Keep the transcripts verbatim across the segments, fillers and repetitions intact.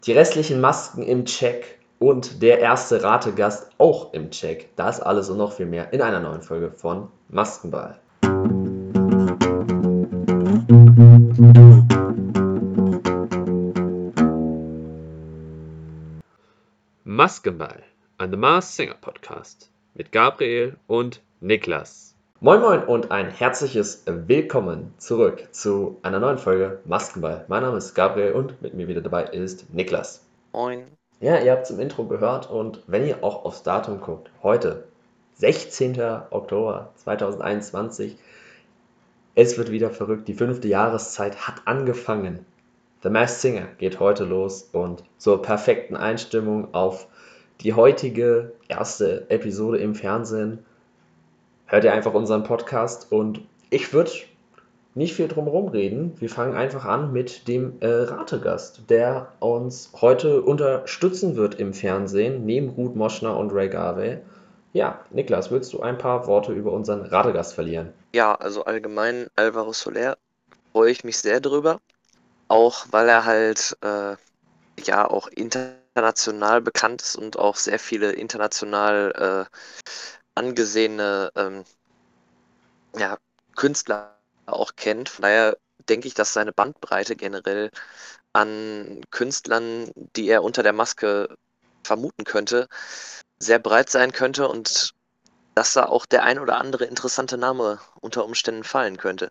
Die restlichen Masken im Check und der erste Rategast auch im Check. Das alles und noch viel mehr in einer neuen Folge von Maskenball. Maskenball, ein The Masked Singer Podcast mit Gabriel und Niklas. Moin Moin und ein herzliches Willkommen zurück zu einer neuen Folge Maskenball. Mein Name ist Gabriel und mit mir wieder dabei ist Niklas. Moin. Ja, ihr habt es im Intro gehört und wenn ihr auch aufs Datum guckt, heute, sechzehnter Oktober zweitausendeinundzwanzig, es wird wieder verrückt, die fünfte Jahreszeit hat angefangen. The Masked Singer geht heute los und zur perfekten Einstimmung auf die heutige erste Episode im Fernsehen hört ihr einfach unseren Podcast und ich würde nicht viel drum herum reden. Wir fangen einfach an mit dem äh, Rategast, der uns heute unterstützen wird im Fernsehen, neben Ruth Moschner und Ray Garvey. Ja, Niklas, willst du ein paar Worte über unseren Rategast verlieren? Ja, also allgemein Alvaro Soler freue ich mich sehr drüber, auch weil er halt äh, ja auch international bekannt ist und auch sehr viele international äh, angesehene ähm, ja, Künstler auch kennt. Von daher denke ich, dass seine Bandbreite generell an Künstlern, die er unter der Maske vermuten könnte, sehr breit sein könnte und dass da auch der ein oder andere interessante Name unter Umständen fallen könnte.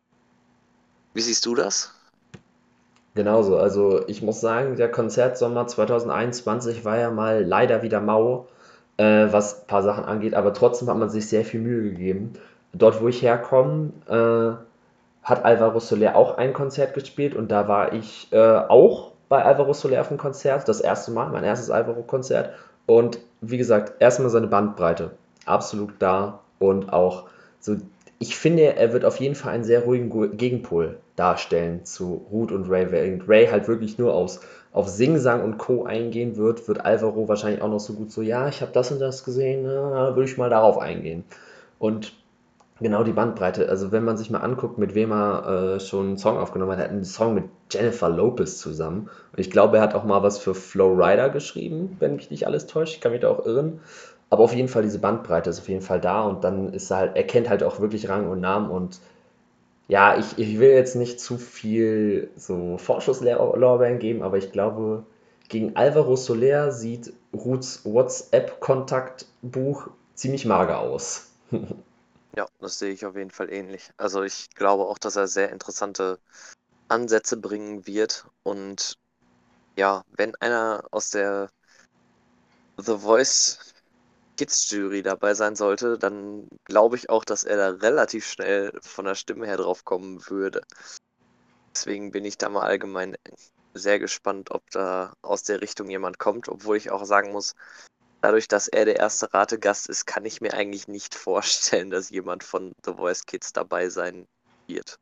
Wie siehst du das? Genauso, also ich muss sagen, der Konzertsommer zweitausendeinundzwanzig war ja mal leider wieder mau, äh, was ein paar Sachen angeht, aber trotzdem hat man sich sehr viel Mühe gegeben. Dort, wo ich herkomme, äh, hat Alvaro Soler auch ein Konzert gespielt und da war ich äh, auch bei Alvaro Soler auf dem Konzert, das erste Mal, mein erstes Alvaro-Konzert. Und wie gesagt, erstmal seine Bandbreite, absolut da und auch so, ich finde, er wird auf jeden Fall einen sehr ruhigen Gegenpol darstellen zu Ruth und Ray. Während Ray halt wirklich nur aus, auf Singsang und Co. eingehen wird, wird Alvaro wahrscheinlich auch noch so gut so, ja, ich habe das und das gesehen, na, würde ich mal darauf eingehen. Und genau die Bandbreite. Also wenn man sich mal anguckt, mit wem er äh, schon einen Song aufgenommen hat, er hat einen Song mit Jennifer Lopez zusammen. Und ich glaube, er hat auch mal was für Flo Rida geschrieben, wenn mich nicht alles täuscht. Ich kann mich da auch irren. Aber auf jeden Fall, diese Bandbreite ist auf jeden Fall da und dann ist er halt, er kennt halt auch wirklich Rang und Namen und ja, ich, ich will jetzt nicht zu viel so Vorschusslorbeeren geben, aber ich glaube, gegen Alvaro Soler sieht Ruths WhatsApp-Kontaktbuch ziemlich mager aus. Ja, das sehe ich auf jeden Fall ähnlich. Also ich glaube auch, dass er sehr interessante Ansätze bringen wird. Und ja, wenn einer aus der The Voice Kids Jury dabei sein sollte, dann glaube ich auch, dass er da relativ schnell von der Stimme her drauf kommen würde. Deswegen bin ich da mal allgemein sehr gespannt, ob da aus der Richtung jemand kommt, obwohl ich auch sagen muss, dadurch, dass er der erste Rategast ist, kann ich mir eigentlich nicht vorstellen, dass jemand von The Voice Kids dabei sein wird.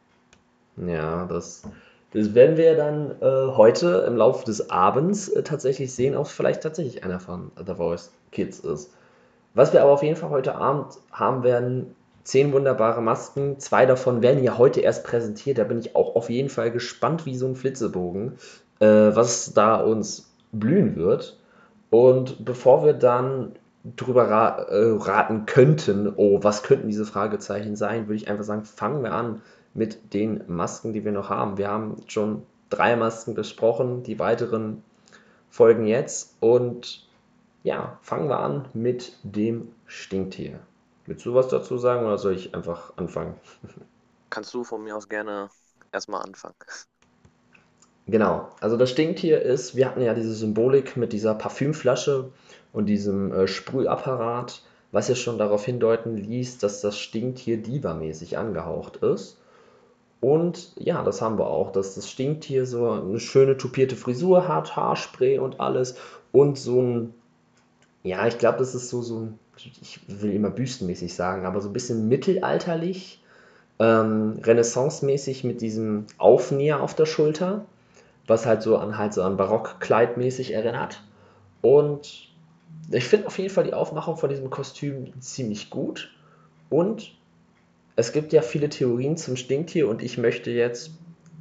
Ja, das, das werden wir dann äh, heute im Laufe des Abends äh, tatsächlich sehen, ob es vielleicht tatsächlich einer von The Voice Kids ist. Was wir aber auf jeden Fall heute Abend haben werden, zehn wunderbare Masken. Zwei davon werden ja heute erst präsentiert. Da bin ich auch auf jeden Fall gespannt wie so ein Flitzebogen, äh, was da uns blühen wird. Und bevor wir dann drüber ra äh, raten könnten, oh, was könnten diese Fragezeichen sein, würde ich einfach sagen, fangen wir an mit den Masken, die wir noch haben. Wir haben schon drei Masken besprochen, die weiteren folgen jetzt. Und ja, fangen wir an mit dem Stinktier. Willst du was dazu sagen oder soll ich einfach anfangen? Kannst du von mir aus gerne erstmal anfangen? Genau, also das Stinktier ist, wir hatten ja diese Symbolik mit dieser Parfümflasche und diesem äh, Sprühapparat, was ja schon darauf hindeuten ließ, dass das Stinktier Diva-mäßig angehaucht ist. Und ja, das haben wir auch, dass das Stinktier so eine schöne tupierte Frisur hat, Haarspray und alles und so ein, ja, ich glaube, das ist so, so ein, ich will immer büstenmäßig sagen, aber so ein bisschen mittelalterlich, ähm, renaissancemäßig mit diesem Aufnäher auf der Schulter, was halt so an halt so an Barockkleid mäßig erinnert. Und ich finde auf jeden Fall die Aufmachung von diesem Kostüm ziemlich gut. Und es gibt ja viele Theorien zum Stinktier und ich möchte jetzt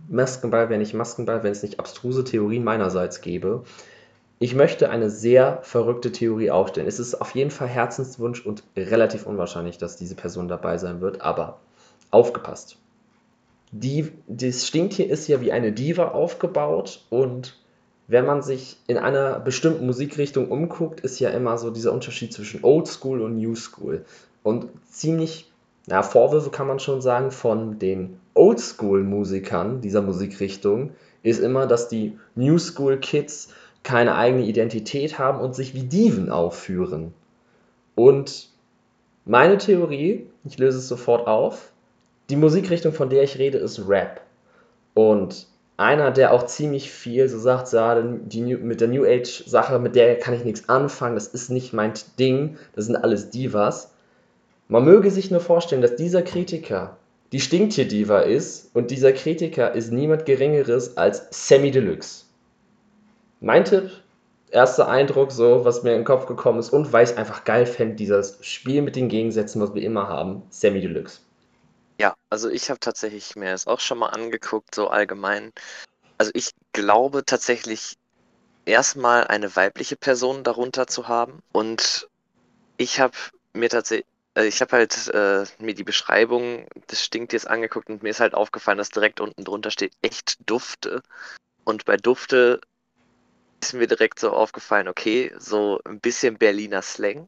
Maskenball wäre nicht Maskenball, wenn es nicht abstruse Theorien meinerseits gäbe. Ich möchte eine sehr verrückte Theorie aufstellen. Es ist auf jeden Fall Herzenswunsch und relativ unwahrscheinlich, dass diese Person dabei sein wird, aber aufgepasst. Die, das Stinktier ist ja wie eine Diva aufgebaut und wenn man sich in einer bestimmten Musikrichtung umguckt, ist ja immer so dieser Unterschied zwischen Old School und New School. Und ziemlich, na, Vorwürfe kann man schon sagen, von den Old School Musikern dieser Musikrichtung ist immer, dass die New School Kids keine eigene Identität haben und sich wie Diven aufführen. Und meine Theorie, ich löse es sofort auf, die Musikrichtung, von der ich rede, ist Rap. Und einer, der auch ziemlich viel so sagt, ja, die New, mit der New Age-Sache, mit der kann ich nichts anfangen, das ist nicht mein Ding, das sind alles Divas. Man möge sich nur vorstellen, dass dieser Kritiker die Stinktier-Diva ist und dieser Kritiker ist niemand Geringeres als Sammy Deluxe. Mein Tipp, erster Eindruck, so, was mir in den Kopf gekommen ist und weil ich es einfach geil fände, dieses Spiel mit den Gegensätzen, was wir immer haben, Sammy Deluxe. Ja, also ich habe tatsächlich mir das auch schon mal angeguckt, so allgemein. Also ich glaube tatsächlich erstmal eine weibliche Person darunter zu haben. Und ich habe mir tatsächlich, äh, ich habe halt äh, mir die Beschreibung des Stinktiers angeguckt und mir ist halt aufgefallen, dass direkt unten drunter steht echt Dufte. Und bei Dufte ist mir direkt so aufgefallen, okay, so ein bisschen Berliner Slang.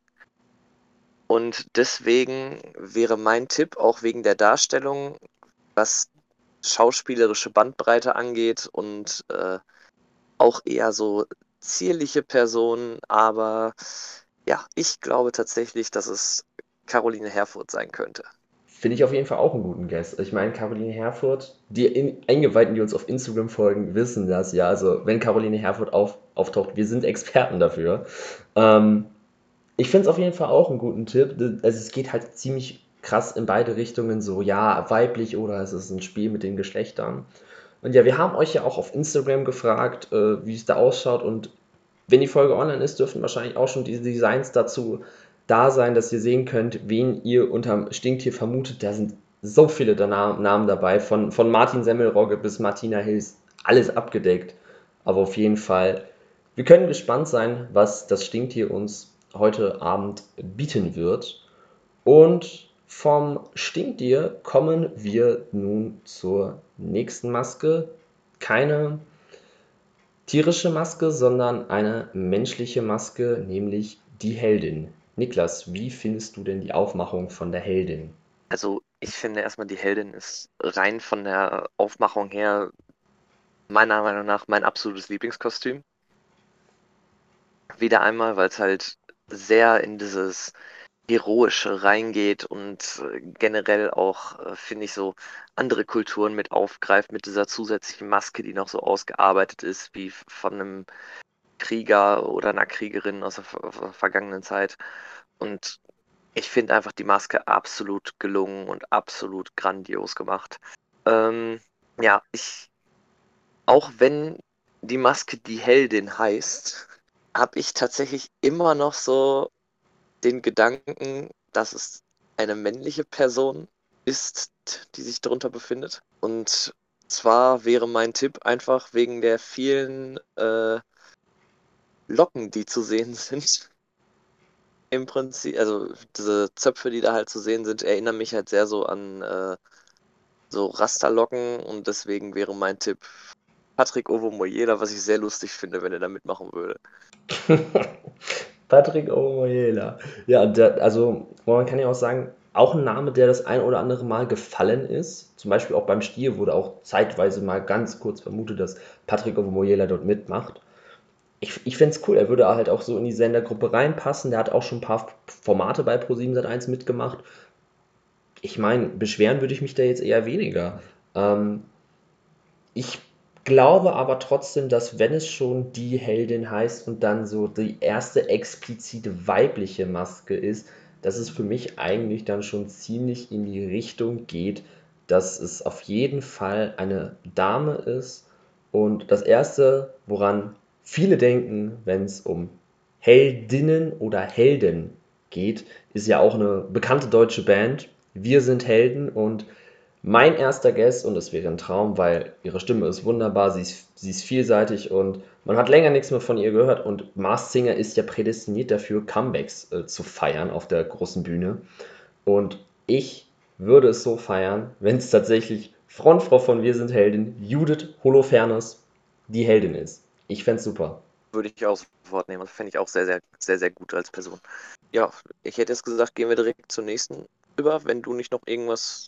Und deswegen wäre mein Tipp, auch wegen der Darstellung, was schauspielerische Bandbreite angeht und äh, auch eher so zierliche Personen, aber ja, ich glaube tatsächlich, dass es Caroline Herfurth sein könnte. Finde ich auf jeden Fall auch einen guten Guess. Ich meine, Caroline Herfurth, die in, Eingeweihten, die uns auf Instagram folgen, wissen das ja. Also, wenn Caroline Herfurth auf, auftaucht, wir sind Experten dafür. Ähm, ich finde es auf jeden Fall auch einen guten Tipp. Also, es geht halt ziemlich krass in beide Richtungen, so, ja, weiblich oder es ist ein Spiel mit den Geschlechtern. Und ja, wir haben euch ja auch auf Instagram gefragt, äh, wie es da ausschaut. Und wenn die Folge online ist, dürften wahrscheinlich auch schon die Designs dazu da sein, dass ihr sehen könnt, wen ihr unterm Stinktier vermutet. Da sind so viele Namen dabei, von, von Martin Semmelrogge bis Martina Hills, alles abgedeckt. Aber auf jeden Fall, wir können gespannt sein, was das Stinktier uns heute Abend bieten wird. Und vom Stinktier kommen wir nun zur nächsten Maske. Keine tierische Maske, sondern eine menschliche Maske, nämlich die Heldin. Niklas, wie findest du denn die Aufmachung von der Heldin? Also ich finde erstmal, die Heldin ist rein von der Aufmachung her meiner Meinung nach mein absolutes Lieblingskostüm. Wieder einmal, weil es halt sehr in dieses Heroische reingeht und äh, generell auch, äh, finde ich, so andere Kulturen mit aufgreift mit dieser zusätzlichen Maske, die noch so ausgearbeitet ist, wie f- von einem Krieger oder einer Kriegerin aus der ver ver- vergangenen Zeit. Und ich finde einfach die Maske absolut gelungen und absolut grandios gemacht. Ähm, ja, ich, auch wenn die Maske die Heldin heißt, habe ich tatsächlich immer noch so den Gedanken, dass es eine männliche Person ist, die sich darunter befindet. Und zwar wäre mein Tipp einfach wegen der vielen äh, Locken, die zu sehen sind. Im Prinzip, also diese Zöpfe, die da halt zu sehen sind, erinnern mich halt sehr so an äh, so Rasterlocken und deswegen wäre mein Tipp Patrick Ovomoyela, was ich sehr lustig finde, wenn er da mitmachen würde. Patrick Omoyela. Ja, der, also man kann ja auch sagen, auch ein Name, der das ein oder andere Mal gefallen ist. Zum Beispiel auch beim Stier wurde auch zeitweise mal ganz kurz vermutet, dass Patrick Omoyela dort mitmacht. Ich, ich finde es cool, er würde halt auch so in die Sendergruppe reinpassen. Der hat auch schon ein paar Formate bei ProSieben Sat eins mitgemacht. Ich meine, beschweren würde ich mich da jetzt eher weniger. Ähm, ich glaube aber trotzdem, dass wenn es schon die Heldin heißt und dann so die erste explizite weibliche Maske ist, dass es für mich eigentlich dann schon ziemlich in die Richtung geht, dass es auf jeden Fall eine Dame ist. Und das Erste, woran viele denken, wenn es um Heldinnen oder Helden geht, ist ja auch eine bekannte deutsche Band. Wir sind Helden und Mein erster Guess, und es wäre ein Traum, weil ihre Stimme ist wunderbar, sie ist, sie ist vielseitig und man hat länger nichts mehr von ihr gehört. Und Masked Singer ist ja prädestiniert dafür, Comebacks äh, zu feiern auf der großen Bühne. Und ich würde es so feiern, wenn es tatsächlich Frontfrau von Wir sind Helden, Judith Holofernes, die Heldin ist. Ich fände es super. Würde ich auch sofort nehmen. Das fände ich auch sehr, sehr, sehr, sehr gut als Person. Ja, ich hätte jetzt gesagt, gehen wir direkt zur nächsten über, wenn du nicht noch irgendwas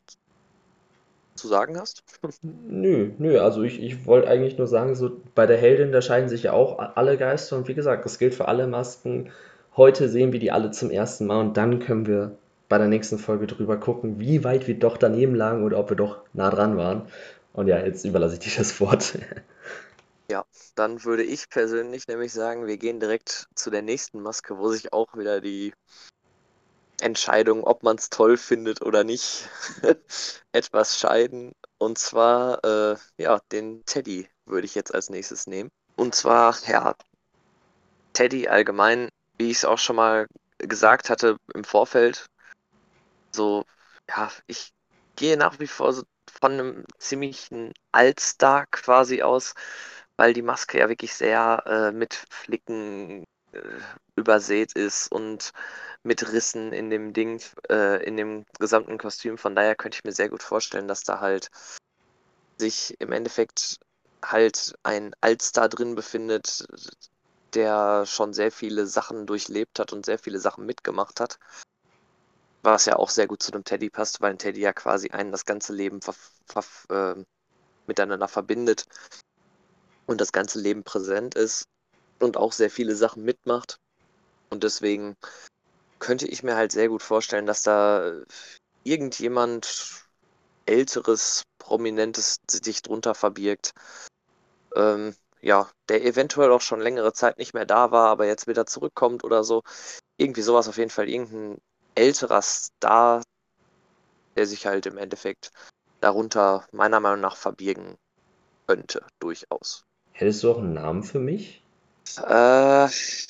zu sagen hast. Nö, nö, also ich, ich wollte eigentlich nur sagen, so bei der Heldin, da scheiden sich ja auch a- alle Geister und wie gesagt, das gilt für alle Masken. Heute sehen wir die alle zum ersten Mal und dann können wir bei der nächsten Folge drüber gucken, wie weit wir doch daneben lagen oder ob wir doch nah dran waren. Und ja, jetzt überlasse ich dir das Wort. Ja, dann würde ich persönlich nämlich sagen, wir gehen direkt zu der nächsten Maske, wo sich auch wieder die Entscheidung, ob man es toll findet oder nicht, etwas scheiden. Und zwar, äh, ja, den Teddy würde ich jetzt als nächstes nehmen. Und zwar, ja, Teddy allgemein, wie ich es auch schon mal gesagt hatte im Vorfeld, so, ja, ich gehe nach wie vor so von einem ziemlichen Allstar quasi aus, weil die Maske ja wirklich sehr äh, mit Flicken äh, übersät ist und mit Rissen in dem Ding, äh, in dem gesamten Kostüm. Von daher könnte ich mir sehr gut vorstellen, dass da halt sich im Endeffekt halt ein Allstar drin befindet, der schon sehr viele Sachen durchlebt hat und sehr viele Sachen mitgemacht hat. Was ja auch sehr gut zu einem Teddy passt, weil ein Teddy ja quasi einen das ganze Leben ver ver äh, miteinander verbindet und das ganze Leben präsent ist und auch sehr viele Sachen mitmacht. Und deswegen könnte ich mir halt sehr gut vorstellen, dass da irgendjemand Älteres, Prominentes sich drunter verbirgt. Ähm, ja, der eventuell auch schon längere Zeit nicht mehr da war, aber jetzt wieder zurückkommt oder so. Irgendwie sowas auf jeden Fall. Irgendein älterer Star, der sich halt im Endeffekt darunter meiner Meinung nach verbirgen könnte, durchaus. Hättest du auch einen Namen für mich? Äh,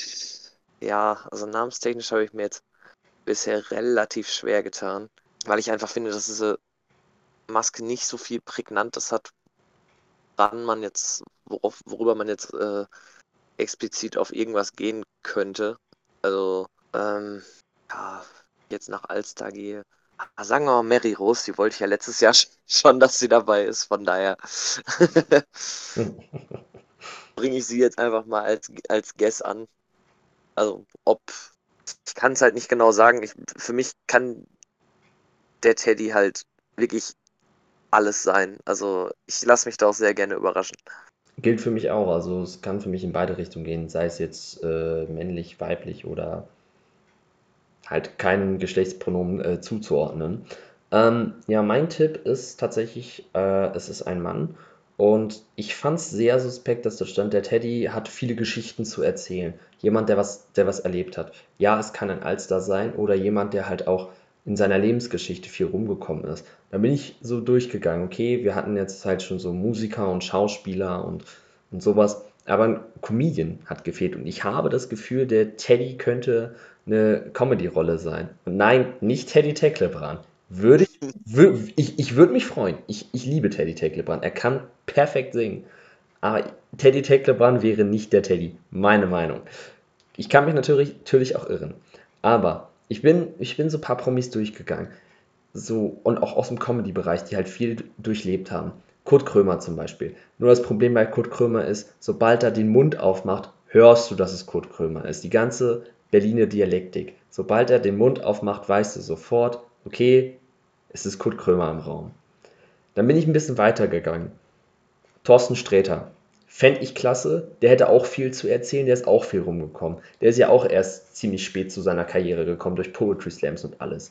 ja, also namenstechnisch habe ich mir jetzt bisher relativ schwer getan, weil ich einfach finde, dass diese Maske nicht so viel Prägnantes hat, wann man jetzt, worauf, worüber man jetzt äh, explizit auf irgendwas gehen könnte. Also, ähm, ja, jetzt nach Alster gehe. Ah, sagen wir mal Mary Rose, die wollte ich ja letztes Jahr sch- schon, dass sie dabei ist. Von daher Hm. bringe ich sie jetzt einfach mal als, als Guess an. Also, ob, ich kann es halt nicht genau sagen. Ich, für mich kann der Teddy halt wirklich alles sein. Also, ich lasse mich da auch sehr gerne überraschen. Gilt für mich auch, also es kann für mich in beide Richtungen gehen, sei es jetzt äh, männlich, weiblich oder halt keinem Geschlechtspronomen äh, zuzuordnen. Ähm, ja, mein Tipp ist tatsächlich, äh, es ist ein Mann. Und ich fand es sehr suspekt, dass da stand, der Teddy hat viele Geschichten zu erzählen. Jemand, der was, der was erlebt hat. Ja, es kann ein Alster sein oder jemand, der halt auch in seiner Lebensgeschichte viel rumgekommen ist. Da bin ich so durchgegangen. Okay, wir hatten jetzt halt schon so Musiker und Schauspieler und, und sowas. Aber ein Comedian hat gefehlt. Und ich habe das Gefühl, der Teddy könnte eine Comedy-Rolle sein. Und nein, nicht Teddy Tecklebrand. Würde ich, wür, ich, ich würde mich freuen. Ich, ich liebe Teddy Tecklebrand. Er kann perfekt singen. Aber Teddy Tecklebrand wäre nicht der Teddy. Meine Meinung. Ich kann mich natürlich, natürlich auch irren. Aber ich bin, ich bin so ein paar Promis durchgegangen. So, und auch aus dem Comedy-Bereich, die halt viel durchlebt haben. Kurt Krömer zum Beispiel. Nur das Problem bei Kurt Krömer ist, sobald er den Mund aufmacht, hörst du, dass es Kurt Krömer ist. Die ganze Berliner Dialektik. Sobald er den Mund aufmacht, weißt du sofort, okay, es ist Kurt Krömer im Raum. Dann bin ich ein bisschen weitergegangen. Thorsten Sträter. Fände ich klasse. Der hätte auch viel zu erzählen, der ist auch viel rumgekommen. Der ist ja auch erst ziemlich spät zu seiner Karriere gekommen, durch Poetry Slams und alles.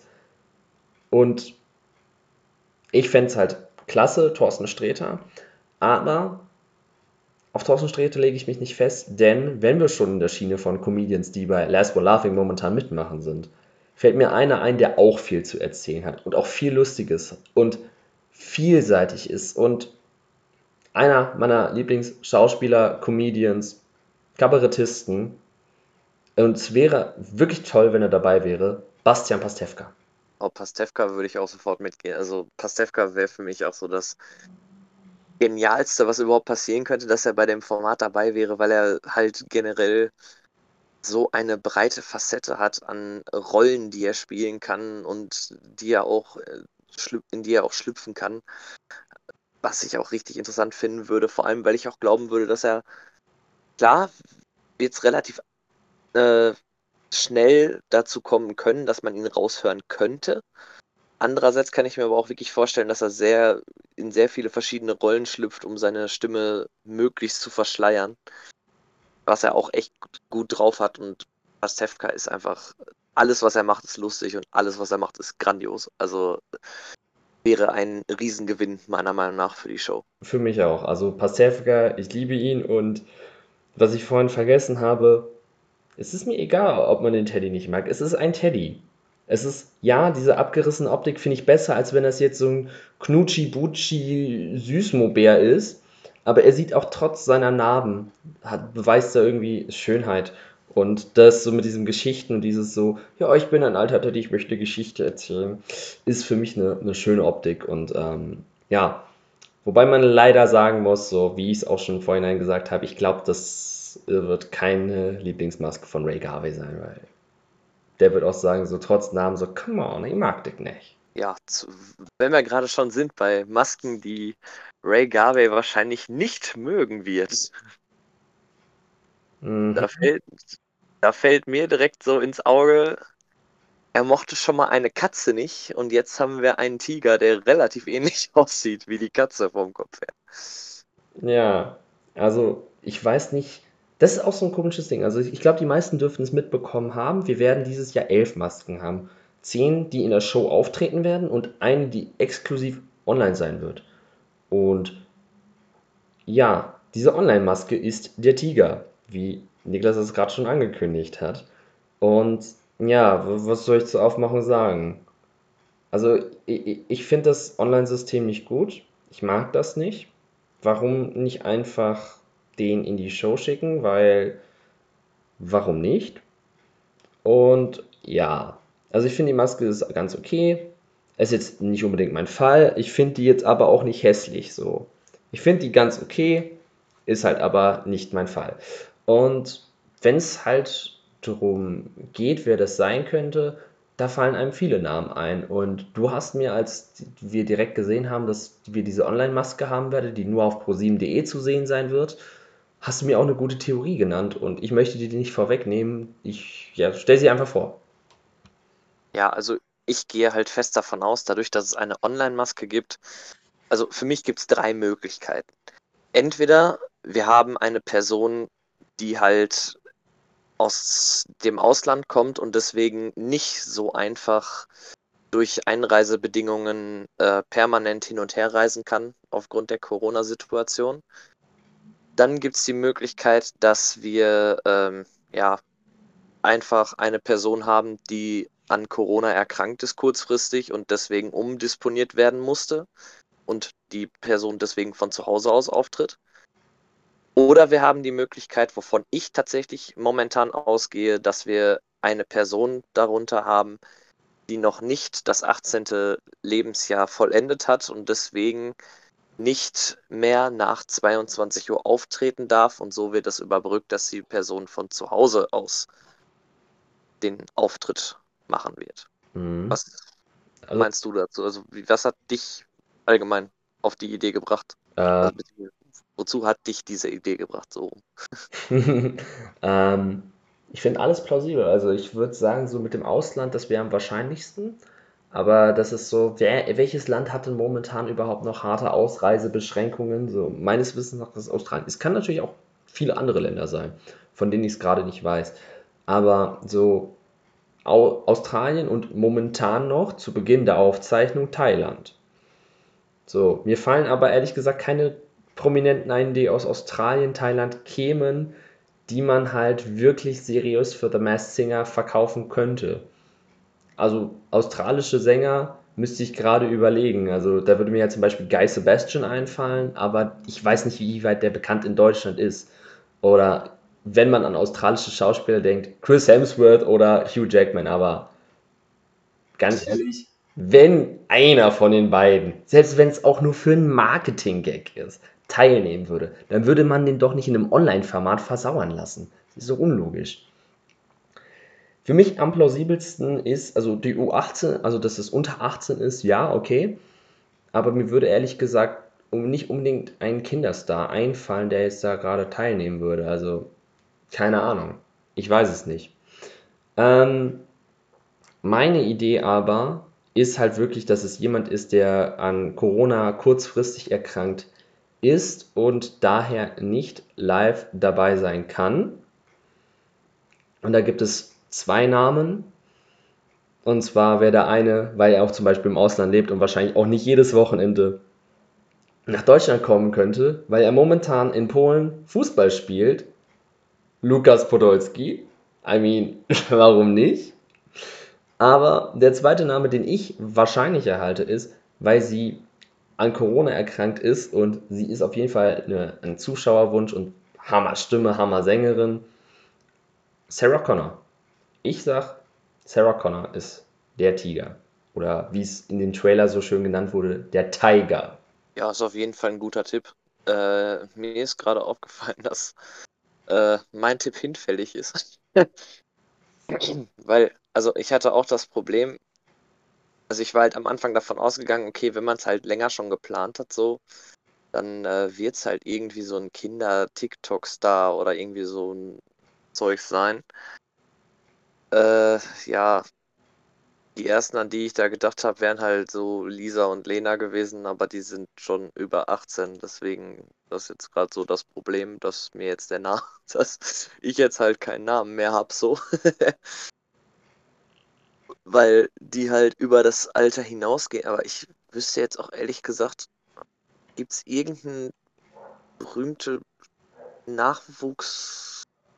Und ich fände es halt klasse, Thorsten Sträter, aber auf Thorsten Sträter lege ich mich nicht fest, denn wenn wir schon in der Schiene von Comedians, die bei Last One Laughing momentan mitmachen sind, fällt mir einer ein, der auch viel zu erzählen hat und auch viel Lustiges und vielseitig ist und einer meiner Lieblingsschauspieler, Comedians, Kabarettisten, und es wäre wirklich toll, wenn er dabei wäre, Bastian Pastewka. Frau Pastewka würde ich auch sofort mitgehen. Also Pastewka wäre für mich auch so das Genialste, was überhaupt passieren könnte, dass er bei dem Format dabei wäre, weil er halt generell so eine breite Facette hat an Rollen, die er spielen kann und die er auch, äh, schlüp in die er auch schlüpfen kann, was ich auch richtig interessant finden würde, vor allem, weil ich auch glauben würde, dass er klar wird's relativ, äh, schnell dazu kommen können, dass man ihn raushören könnte. Andererseits kann ich mir aber auch wirklich vorstellen, dass er sehr in sehr viele verschiedene Rollen schlüpft, um seine Stimme möglichst zu verschleiern, was er auch echt gut gut drauf hat und Pastewka ist einfach alles, was er macht, ist lustig und alles, was er macht, ist grandios. Also, wäre ein Riesengewinn meiner Meinung nach für die Show. Für mich auch. Also Pastewka, ich liebe ihn und was ich vorhin vergessen habe, es ist mir egal, ob man den Teddy nicht mag. Es ist ein Teddy. Es ist, ja, diese abgerissene Optik finde ich besser, als wenn das jetzt so ein Knutschi-Butschi Süßmobär ist. Aber er sieht auch trotz seiner Narben, hat, beweist da irgendwie Schönheit. Und das so mit diesen Geschichten und dieses so, ja, ich bin ein alter Teddy, ich möchte Geschichte erzählen, ist für mich eine, eine schöne Optik. Und ähm, ja, wobei man leider sagen muss, so wie ich es auch schon vorhin gesagt habe, ich glaube, das wird keine Lieblingsmaske von Ray Garvey sein, weil der wird auch sagen, so trotz Namen, so, come on, ich mag dich nicht. Ja, zu wenn wir gerade schon sind bei Masken, die Ray Garvey wahrscheinlich nicht mögen wird, da Mhm. fällt da fällt mir direkt so ins Auge, er mochte schon mal eine Katze nicht und jetzt haben wir einen Tiger, der relativ ähnlich aussieht wie die Katze vom Kopf her. Ja, also ich weiß nicht, das ist auch so ein komisches Ding. Also ich glaube, die meisten dürften es mitbekommen haben. Wir werden dieses Jahr elf Masken haben. Zehn, die in der Show auftreten werden und eine, die exklusiv online sein wird. Und ja, diese Online-Maske ist der Tiger, wie Niklas es gerade schon angekündigt hat. Und ja, w- was soll ich zur Aufmachung sagen? Also, ich, ich finde das Online-System nicht gut. Ich mag das nicht. Warum nicht einfach den in die Show schicken? Weil, warum nicht? Und ja, also ich finde die Maske ist ganz okay. Ist jetzt nicht unbedingt mein Fall. Ich finde die jetzt aber auch nicht hässlich so. Ich finde die ganz okay, ist halt aber nicht mein Fall. Und wenn es halt darum geht, wer das sein könnte, da fallen einem viele Namen ein. Und du hast mir, als wir direkt gesehen haben, dass wir diese Online-Maske haben werden, die nur auf pro sieben punkt de zu sehen sein wird, hast du mir auch eine gute Theorie genannt. Und ich möchte die nicht vorwegnehmen. Ich, ja, stell sie einfach vor. Ja, also ich gehe halt fest davon aus, dadurch, dass es eine Online-Maske gibt, also für mich gibt es drei Möglichkeiten. Entweder wir haben eine Person, die halt aus dem Ausland kommt und deswegen nicht so einfach durch Einreisebedingungen äh, permanent hin und her reisen kann aufgrund der Corona-Situation. Dann gibt es die Möglichkeit, dass wir ähm, ja einfach eine Person haben, die an Corona erkrankt ist kurzfristig und deswegen umdisponiert werden musste und die Person deswegen von zu Hause aus auftritt. Oder wir haben die Möglichkeit, wovon ich tatsächlich momentan ausgehe, dass wir eine Person darunter haben, die noch nicht das achtzehnte Lebensjahr vollendet hat und deswegen nicht mehr nach zweiundzwanzig Uhr auftreten darf und so wird das überbrückt, dass die Person von zu Hause aus den Auftritt machen wird. Mhm. Was Also, meinst du dazu? Also, wie, was hat dich allgemein auf die Idee gebracht? äh, Also, beziehungsweise, wozu hat dich diese Idee gebracht? So rum. ähm, ich finde alles plausibel. Also ich würde sagen, so mit dem Ausland, das wäre am wahrscheinlichsten. Aber das ist so, wer, welches Land hat denn momentan überhaupt noch harte Ausreisebeschränkungen? So meines Wissens nach das ist Australien. Es kann natürlich auch viele andere Länder sein, von denen ich es gerade nicht weiß. Aber so Au Australien und momentan noch zu Beginn der Aufzeichnung Thailand. So, mir fallen aber ehrlich gesagt keine Prominenten ein, die aus Australien, Thailand kämen, die man halt wirklich seriös für The Masked Singer verkaufen könnte. Also australische Sänger müsste ich gerade überlegen. Also da würde mir ja zum Beispiel Guy Sebastian einfallen, aber ich weiß nicht, wie weit der bekannt in Deutschland ist. Oder wenn man an australische Schauspieler denkt, Chris Hemsworth oder Hugh Jackman, aber ganz ehrlich. wenn einer von den beiden, selbst wenn es auch nur für einen Marketing-Gag ist, teilnehmen würde, dann würde man den doch nicht in einem Online-Format versauern lassen. Das ist so unlogisch. Für mich am plausibelsten ist, also die U achtzehn, also dass es unter achtzehn ist, ja, okay. Aber mir würde ehrlich gesagt um nicht unbedingt ein Kinderstar einfallen, der jetzt da gerade teilnehmen würde. Also, keine Ahnung. Ich weiß es nicht. Ähm, Meine Idee aber ist halt wirklich, dass es jemand ist, der an Corona kurzfristig erkrankt ist und daher nicht live dabei sein kann. Und da gibt es zwei Namen. Und zwar wäre der eine, weil er auch zum Beispiel im Ausland lebt und wahrscheinlich auch nicht jedes Wochenende nach Deutschland kommen könnte, weil er momentan in Polen Fußball spielt. Lukas Podolski. I mean, warum nicht? Aber der zweite Name, den ich wahrscheinlich erhalte, ist, weil sie an Corona erkrankt ist und sie ist auf jeden Fall eine, ein Zuschauerwunsch und Hammer-Stimme, Hammer-Sängerin. Sarah Connor. Ich sag, Sarah Connor ist der Tiger. Oder wie es in dem Trailer so schön genannt wurde, der Tiger. Ja, ist auf jeden Fall ein guter Tipp. Äh, mir ist gerade aufgefallen, dass äh, mein Tipp hinfällig ist. Weil, also ich hatte auch das Problem, also ich war halt am Anfang davon ausgegangen, okay, wenn man es halt länger schon geplant hat, so, dann äh, wird es halt irgendwie so ein Kinder-TikTok-Star oder irgendwie so ein Zeug sein. Äh, ja, die ersten, an die ich da gedacht habe, wären halt so Lisa und Lena gewesen, aber die sind schon über achtzehn. Deswegen das ist jetzt gerade so das Problem, dass mir jetzt der Name, dass ich jetzt halt keinen Namen mehr habe, so. Weil die halt über das Alter hinausgehen. Aber ich wüsste jetzt auch ehrlich gesagt, gibt es irgendeine berühmte Nachwuchs,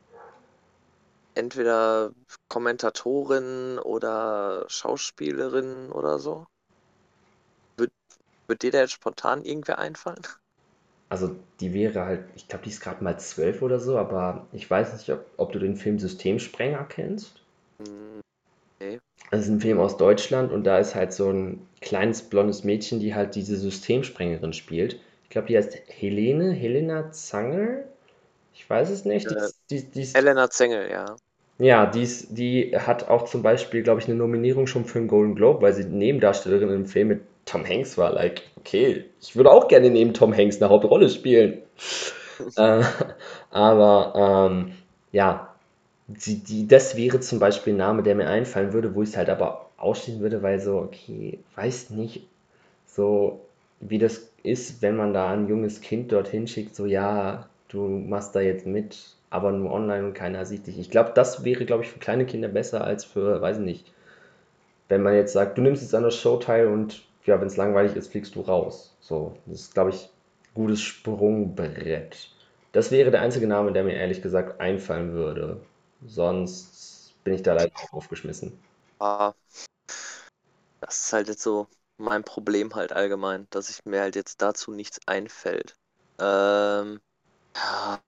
entweder Kommentatorin oder Schauspielerin oder so? Wird, wird dir da jetzt spontan irgendwer einfallen? Also die wäre halt, ich glaube, die ist gerade mal zwölf oder so, aber ich weiß nicht, ob, ob du den Film Systemsprenger kennst. Hm, nee. Das ist ein Film aus Deutschland und da ist halt so ein kleines blondes Mädchen, die halt diese Systemsprengerin spielt. Ich glaube, die heißt Helene, Helena Zanger? Ich weiß es nicht. Die, Äh, ist- die, die ist, Elena Zengel, ja. ja, die, ist, die hat auch zum Beispiel, glaube ich, eine Nominierung schon für einen Golden Globe, weil sie Nebendarstellerin im Film mit Tom Hanks war. Like, okay, ich würde auch gerne neben Tom Hanks eine Hauptrolle spielen. Äh, aber ähm, ja, die, die, das wäre zum Beispiel ein Name, der mir einfallen würde, wo ich es halt aber ausschließen würde, weil so, okay, weiß nicht, so wie das ist, wenn man da ein junges Kind dorthin schickt, so ja, du machst da jetzt mit, aber nur online und keiner sieht dich. Ich glaube, das wäre, glaube ich, für kleine Kinder besser als für, weiß ich nicht, wenn man jetzt sagt, du nimmst jetzt an der Show teil und ja, wenn es langweilig ist, fliegst du raus. So, das ist, glaube ich, gutes Sprungbrett. Das wäre der einzige Name, der mir ehrlich gesagt einfallen würde. Sonst bin ich da leider aufgeschmissen. Ah, das ist halt jetzt so mein Problem halt allgemein, dass ich mir halt jetzt dazu nichts einfällt. Ähm, ja,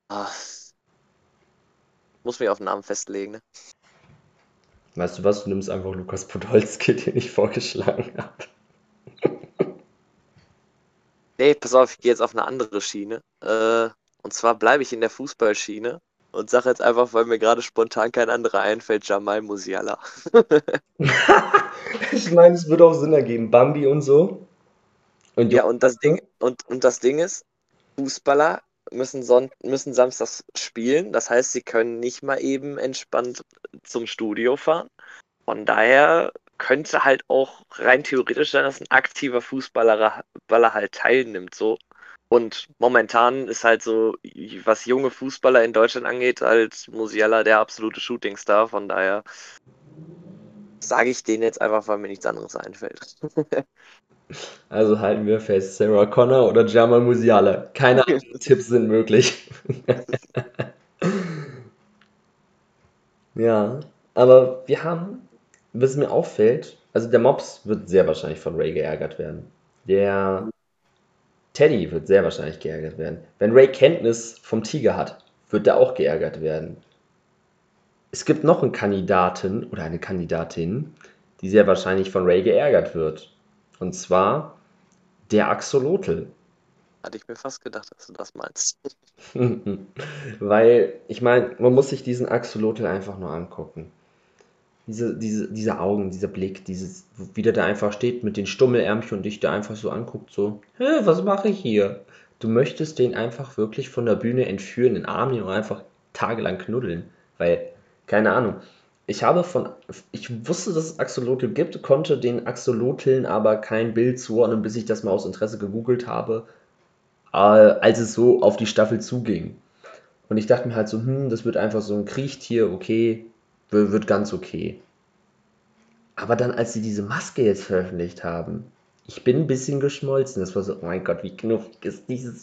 muss mich auf den Namen festlegen, ne? Weißt du was? Du nimmst einfach Lukas Podolski, den ich vorgeschlagen habe. Nee, pass auf, ich gehe jetzt auf eine andere Schiene. Äh, und zwar bleibe ich in der Fußballschiene und sage jetzt einfach, weil mir gerade spontan kein anderer einfällt, Jamal Musiala. Ich meine, es würde auch Sinn ergeben. Bambi und so. Und Ja, und das Junge. Ding, und, und das Ding ist, Fußballer müssen, son müssen samstags spielen. Das heißt, sie können nicht mal eben entspannt zum Studio fahren. Von daher könnte halt auch rein theoretisch sein, dass ein aktiver Fußballer Baller halt teilnimmt, so. Und momentan ist halt so, was junge Fußballer in Deutschland angeht, halt Musiala der absolute Shootingstar. Von daher sage ich den jetzt einfach, weil mir nichts anderes einfällt. Also halten wir fest, Sarah Connor oder Jamal Musiala. Keine anderen Tipps sind möglich. Ja, aber wir haben, was mir auffällt, also der Mops wird sehr wahrscheinlich von Ray geärgert werden. Der Teddy wird sehr wahrscheinlich geärgert werden. Wenn Ray Kenntnis vom Tiger hat, wird er auch geärgert werden. Es gibt noch einen Kandidaten oder eine Kandidatin, die sehr wahrscheinlich von Ray geärgert wird. Und zwar der Axolotl. Hatte ich mir fast gedacht, dass du das meinst. Weil, ich meine, man muss sich diesen Axolotl einfach nur angucken. Diese, diese, diese Augen, dieser Blick, dieses, wie der da einfach steht mit den Stummelärmchen und dich da einfach so anguckt, so, hä, was mache ich hier? Du möchtest den einfach wirklich von der Bühne entführen, in den Arm nehmen und einfach tagelang knuddeln. Weil, keine Ahnung, ich habe von, ich wusste, dass es Axolotl gibt, konnte den Axolotln aber kein Bild zuordnen, bis ich das mal aus Interesse gegoogelt habe, äh, als es so auf die Staffel zuging. Und ich dachte mir halt so, hm, das wird einfach so ein Kriechtier, okay, wird ganz okay. Aber dann, als sie diese Maske jetzt veröffentlicht haben, ich bin ein bisschen geschmolzen. Das war so, oh mein Gott, wie knuffig ist dieses.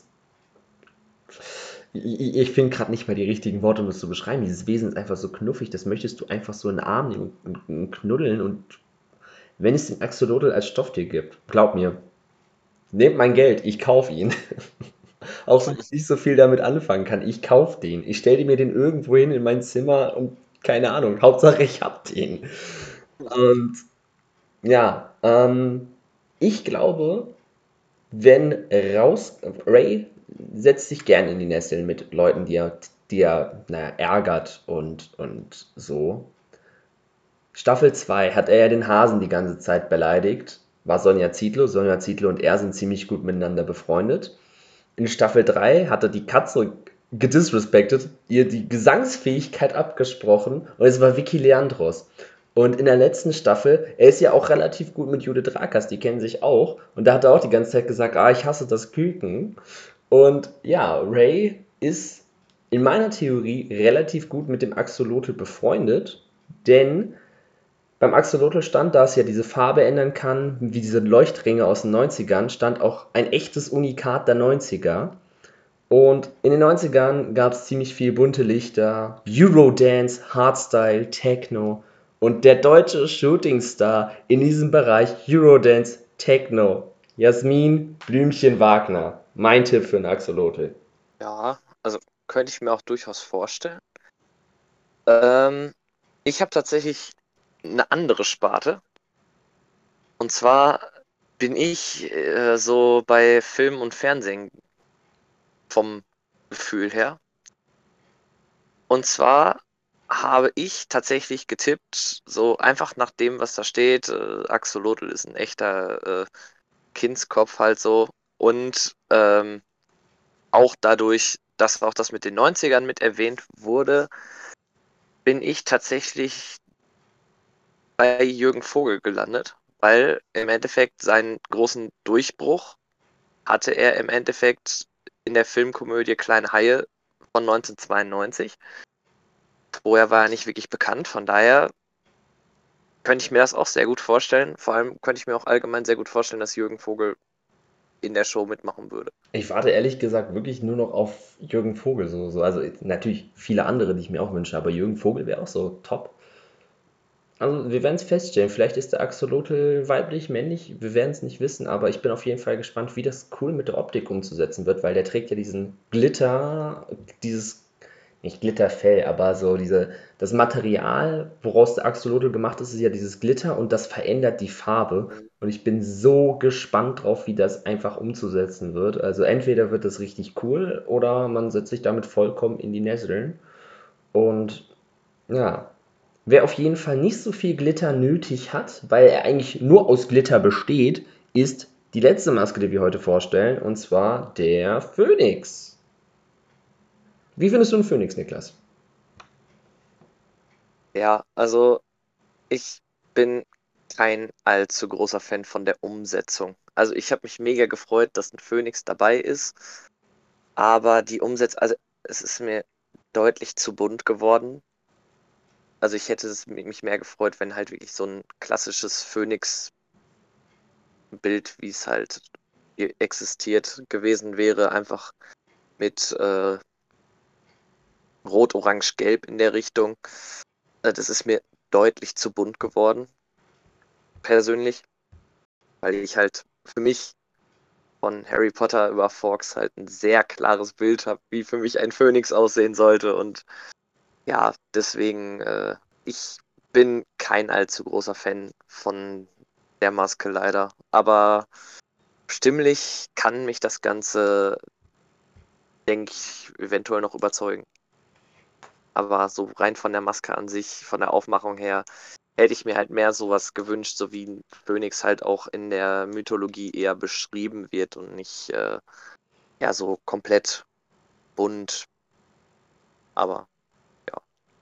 Ich, ich finde gerade nicht mal die richtigen Worte, um das zu beschreiben. Dieses Wesen ist einfach so knuffig, das möchtest du einfach so in den Arm nehmen und, und, und knuddeln. Und wenn es den Axolotl als Stofftier gibt, glaub mir, nehmt mein Geld, ich kaufe ihn. Auch wenn ich nicht so viel damit anfangen kann, ich kaufe den. Ich stelle mir den irgendwo hin in mein Zimmer und keine Ahnung, Hauptsache ich hab den. Und ja, ähm, ich glaube, wenn raus, Ray setzt sich gern in die Nesseln mit Leuten, die er, die er naja, ärgert und, und so. Staffel zwei hat er ja den Hasen die ganze Zeit beleidigt. War Sonja Zietlow. Sonja Zietlow und er sind ziemlich gut miteinander befreundet. In Staffel drei hat er die Katze gedisrespected, ihr die Gesangsfähigkeit abgesprochen und es war Vicky Leandros. Und in der letzten Staffel, er ist ja auch relativ gut mit Judith Rakers, die kennen sich auch. Und da hat er auch die ganze Zeit gesagt, ah, ich hasse das Küken. Und ja, Ray ist in meiner Theorie relativ gut mit dem Axolotl befreundet, denn beim Axolotl stand, da es ja diese Farbe ändern kann, wie diese Leuchtringe aus den Neunzigern, stand auch ein echtes Unikat der Neunziger. Und in den Neunzigern gab es ziemlich viel bunte Lichter, Eurodance, Hardstyle, Techno. Und der deutsche Shootingstar in diesem Bereich Eurodance, Techno, Jasmin Blümchen Wagner. Mein Tipp für einen Axolotl. Ja, also könnte ich mir auch durchaus vorstellen. Ähm, ich habe tatsächlich eine andere Sparte. Und zwar bin ich äh, so bei Film und Fernsehen vom Gefühl her. Und zwar habe ich tatsächlich getippt, so einfach nach dem, was da steht. Äh, Axolotl ist ein echter äh, Kindskopf halt so. Und ähm, auch dadurch, dass auch das mit den Neunzigern mit erwähnt wurde, bin ich tatsächlich bei Jürgen Vogel gelandet, weil im Endeffekt seinen großen Durchbruch hatte er im Endeffekt in der Filmkomödie Kleine Haie von neunzehnhundertzweiundneunzig. Vorher war er nicht wirklich bekannt, von daher könnte ich mir das auch sehr gut vorstellen. Vor allem könnte ich mir auch allgemein sehr gut vorstellen, dass Jürgen Vogel in der Show mitmachen würde. Ich warte ehrlich gesagt wirklich nur noch auf Jürgen Vogel. So, so. Also natürlich viele andere, die ich mir auch wünsche, aber Jürgen Vogel wäre auch so top. Also wir werden es feststellen. Vielleicht ist der Axolotl weiblich, männlich. Wir werden es nicht wissen, aber ich bin auf jeden Fall gespannt, wie das cool mit der Optik umzusetzen wird, weil der trägt ja diesen Glitter, dieses, nicht Glitterfell, aber so diese, das Material, woraus der Axolotl gemacht ist, ist ja dieses Glitter und das verändert die Farbe. Und ich bin so gespannt drauf, wie das einfach umzusetzen wird. Also entweder wird das richtig cool oder man setzt sich damit vollkommen in die Nesseln. Und ja, wer auf jeden Fall nicht so viel Glitter nötig hat, weil er eigentlich nur aus Glitter besteht, ist die letzte Maske, die wir heute vorstellen, und zwar der Phönix. Wie findest du einen Phönix, Niklas? Ja, also ich bin kein allzu großer Fan von der Umsetzung. Also ich habe mich mega gefreut, dass ein Phoenix dabei ist, aber die Umsetzung, also es ist mir deutlich zu bunt geworden. Also ich hätte es mich mehr gefreut, wenn halt wirklich so ein klassisches Phoenix-Bild, wie es halt existiert, gewesen wäre, einfach mit äh, Rot, Orange, Gelb in der Richtung. Äh, Das ist mir deutlich zu bunt geworden, persönlich, weil ich halt für mich von Harry Potter über Fawkes halt ein sehr klares Bild habe, wie für mich ein Phönix aussehen sollte. Und ja, deswegen, äh, ich bin kein allzu großer Fan von der Maske leider. Aber stimmlich kann mich das Ganze, denke ich, eventuell noch überzeugen. Aber so rein von der Maske an sich, von der Aufmachung her, hätte ich mir halt mehr sowas gewünscht, so wie ein Phönix halt auch in der Mythologie eher beschrieben wird und nicht äh, ja so komplett bunt. Aber ja.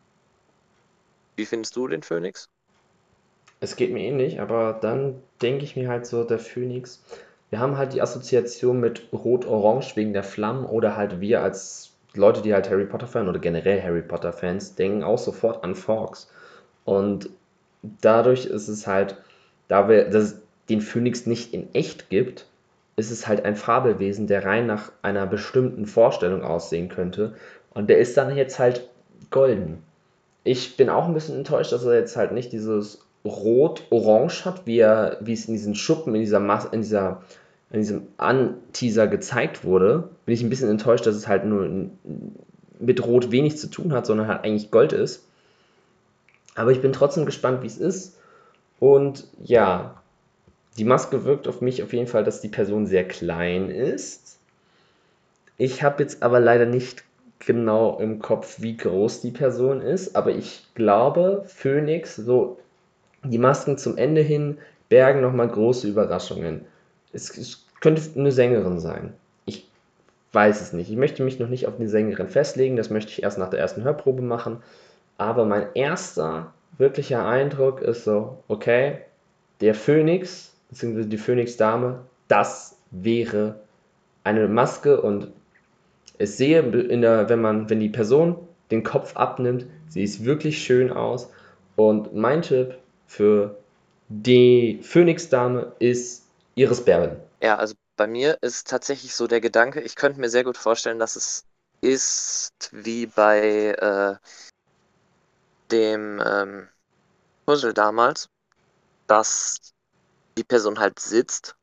Wie findest du den Phönix? Es geht mir ähnlich, aber dann denke ich mir halt so, der Phönix, wir haben halt die Assoziation mit Rot-Orange wegen der Flammen oder halt wir als Leute, die halt Harry Potter-Fan oder generell Harry Potter-Fans, denken auch sofort an Fawkes. Und dadurch ist es halt, da wir dass es den Phönix nicht in echt gibt, ist es halt ein Fabelwesen, der rein nach einer bestimmten Vorstellung aussehen könnte. Und der ist dann jetzt halt golden. Ich bin auch ein bisschen enttäuscht, dass er jetzt halt nicht dieses Rot-Orange hat, wie, er, wie es in diesen Schuppen, in dieser Mas in dieser in diesem Anteaser gezeigt wurde. Bin ich ein bisschen enttäuscht, dass es halt nur mit Rot wenig zu tun hat, sondern halt eigentlich Gold ist. Aber ich bin trotzdem gespannt, wie es ist. Und ja, die Maske wirkt auf mich auf jeden Fall, dass die Person sehr klein ist. Ich habe jetzt aber leider nicht genau im Kopf, wie groß die Person ist, aber ich glaube, Phoenix, so die Masken zum Ende hin, bergen nochmal große Überraschungen. Es, es könnte eine Sängerin sein. Ich weiß es nicht. Ich möchte mich noch nicht auf eine Sängerin festlegen, das möchte ich erst nach der ersten Hörprobe machen. Aber mein erster wirklicher Eindruck ist so, okay, der Phönix, beziehungsweise die Phönix-Dame, das wäre eine Maske und ich sehe, in der, wenn, man, wenn die Person den Kopf abnimmt, sieht es wirklich schön aus. Und mein Tipp für die Phönix-Dame ist Iris Berben. Ja, also bei mir ist tatsächlich so der Gedanke, ich könnte mir sehr gut vorstellen, dass es ist wie bei äh, dem ähm, Puzzle damals, dass die Person halt sitzt,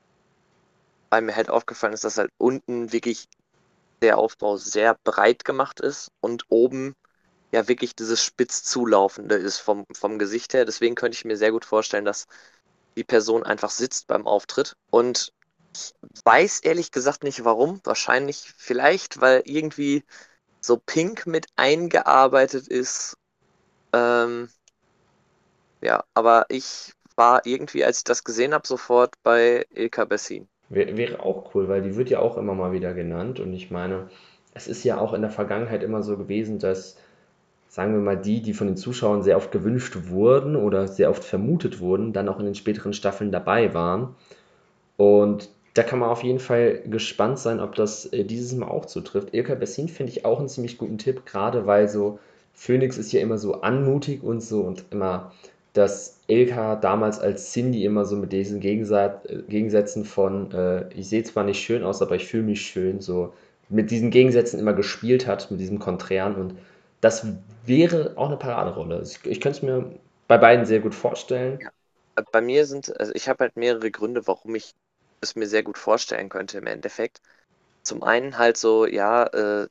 weil mir halt aufgefallen ist, dass halt unten wirklich der Aufbau sehr breit gemacht ist und oben ja wirklich dieses spitz zulaufende ist vom, vom Gesicht her. Deswegen könnte ich mir sehr gut vorstellen, dass die Person einfach sitzt beim Auftritt. Und ich weiß ehrlich gesagt nicht warum. Wahrscheinlich vielleicht, weil irgendwie so Pink mit eingearbeitet ist. Ähm, ja, aber ich war irgendwie, als ich das gesehen habe, sofort bei Ilka Bessin. Wär, wäre auch cool, weil die wird ja auch immer mal wieder genannt. Und ich meine, es ist ja auch in der Vergangenheit immer so gewesen, dass, sagen wir mal, die, die von den Zuschauern sehr oft gewünscht wurden oder sehr oft vermutet wurden, dann auch in den späteren Staffeln dabei waren. Und da kann man auf jeden Fall gespannt sein, ob das äh, dieses Mal auch zutrifft. Ilka Bessin finde ich auch einen ziemlich guten Tipp, gerade weil so Phoenix ist ja immer so anmutig und so und immer, dass Ilka damals als Cindy immer so mit diesen Gegensatz, äh, Gegensätzen von äh, ich sehe zwar nicht schön aus, aber ich fühle mich schön, so mit diesen Gegensätzen immer gespielt hat, mit diesem Konträren und das wäre auch eine Paraderolle. Also ich, ich könnte es mir bei beiden sehr gut vorstellen. Ja. Äh, Bei mir sind, also ich habe halt mehrere Gründe, warum ich es mir sehr gut vorstellen könnte im Endeffekt. Zum einen halt so, ja, äh,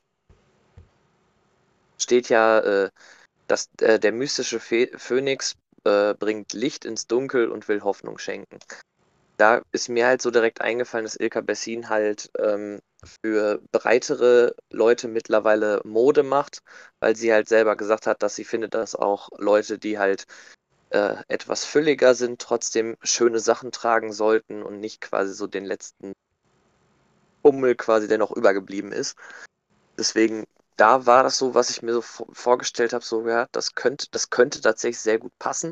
steht ja, äh, dass äh, der mystische Phe Phönix äh, bringt Licht ins Dunkel und will Hoffnung schenken. Da ist mir halt so direkt eingefallen, dass Ilka Bessin halt ähm, für breitere Leute mittlerweile Mode macht, weil sie halt selber gesagt hat, dass sie findet, dass auch Leute, die halt äh, etwas fülliger sind, trotzdem schöne Sachen tragen sollten und nicht quasi so den letzten Bummel quasi, der noch übergeblieben ist. Deswegen, da war das so, was ich mir so vorgestellt habe, so, ja, das könnte, das könnte tatsächlich sehr gut passen.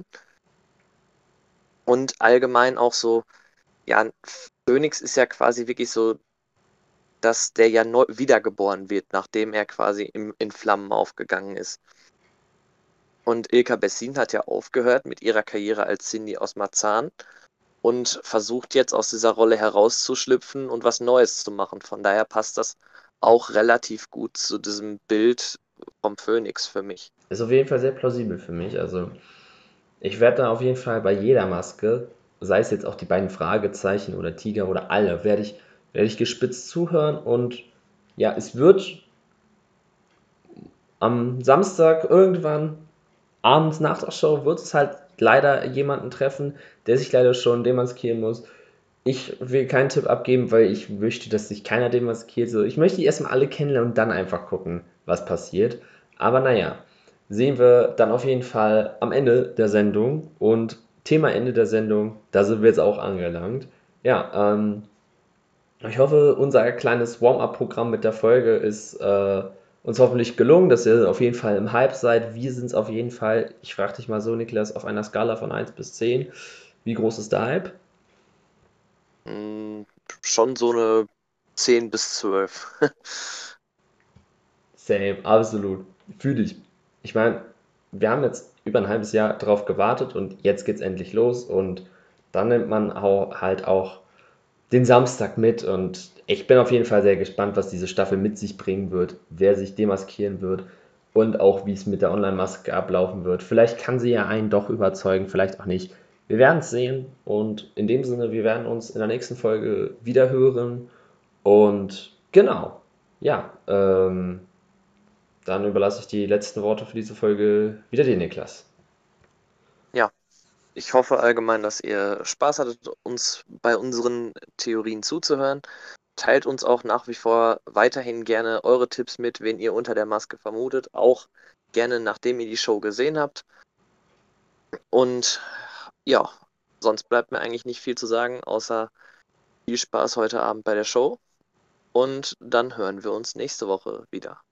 Und allgemein auch so, ja, Phoenix ist ja quasi wirklich so, dass der ja neu wiedergeboren wird, nachdem er quasi im, in Flammen aufgegangen ist. Und Ilka Bessin hat ja aufgehört mit ihrer Karriere als Cindy aus Marzahn und versucht jetzt aus dieser Rolle herauszuschlüpfen und was Neues zu machen. Von daher passt das auch relativ gut zu diesem Bild vom Phönix für mich. Ist auf jeden Fall sehr plausibel für mich. Also ich werde da auf jeden Fall bei jeder Maske, sei es jetzt auch die beiden Fragezeichen oder Tiger oder alle, werde ich, werde ich gespitzt zuhören und ja, es wird am Samstag irgendwann abends nach der Show wird es halt leider jemanden treffen, der sich leider schon demaskieren muss. Ich will keinen Tipp abgeben, weil ich möchte, dass sich keiner demaskiert. So, ich möchte die erstmal alle kennenlernen und dann einfach gucken, was passiert. Aber naja, sehen wir dann auf jeden Fall am Ende der Sendung. Und Thema Ende der Sendung, da sind wir jetzt auch angelangt. Ja, ähm, ich hoffe, unser kleines Warm-up-Programm mit der Folge ist äh, uns hoffentlich gelungen, dass ihr auf jeden Fall im Hype seid. Wir sind es auf jeden Fall. Ich frage dich mal so, Niklas, auf einer Skala von eins bis zehn, wie groß ist der Hype? Mm, schon so eine zehn bis zwölf. Same, absolut. Fühle ich. Ich meine, wir haben jetzt über ein halbes Jahr drauf gewartet und jetzt geht's endlich los und dann nimmt man auch, halt auch den Samstag mit und ich bin auf jeden Fall sehr gespannt, was diese Staffel mit sich bringen wird, wer sich demaskieren wird und auch wie es mit der Online-Maske ablaufen wird. Vielleicht kann sie ja einen doch überzeugen, vielleicht auch nicht. Wir werden es sehen und in dem Sinne, wir werden uns in der nächsten Folge wieder hören und genau, ja, ähm, dann überlasse ich die letzten Worte für diese Folge wieder dir, Niklas. Ja, ich hoffe allgemein, dass ihr Spaß hattet, uns bei unseren Theorien zuzuhören. Teilt uns auch nach wie vor weiterhin gerne eure Tipps mit, wen ihr unter der Maske vermutet. Auch gerne, nachdem ihr die Show gesehen habt. Und ja, sonst bleibt mir eigentlich nicht viel zu sagen, außer viel Spaß heute Abend bei der Show. Und dann hören wir uns nächste Woche wieder.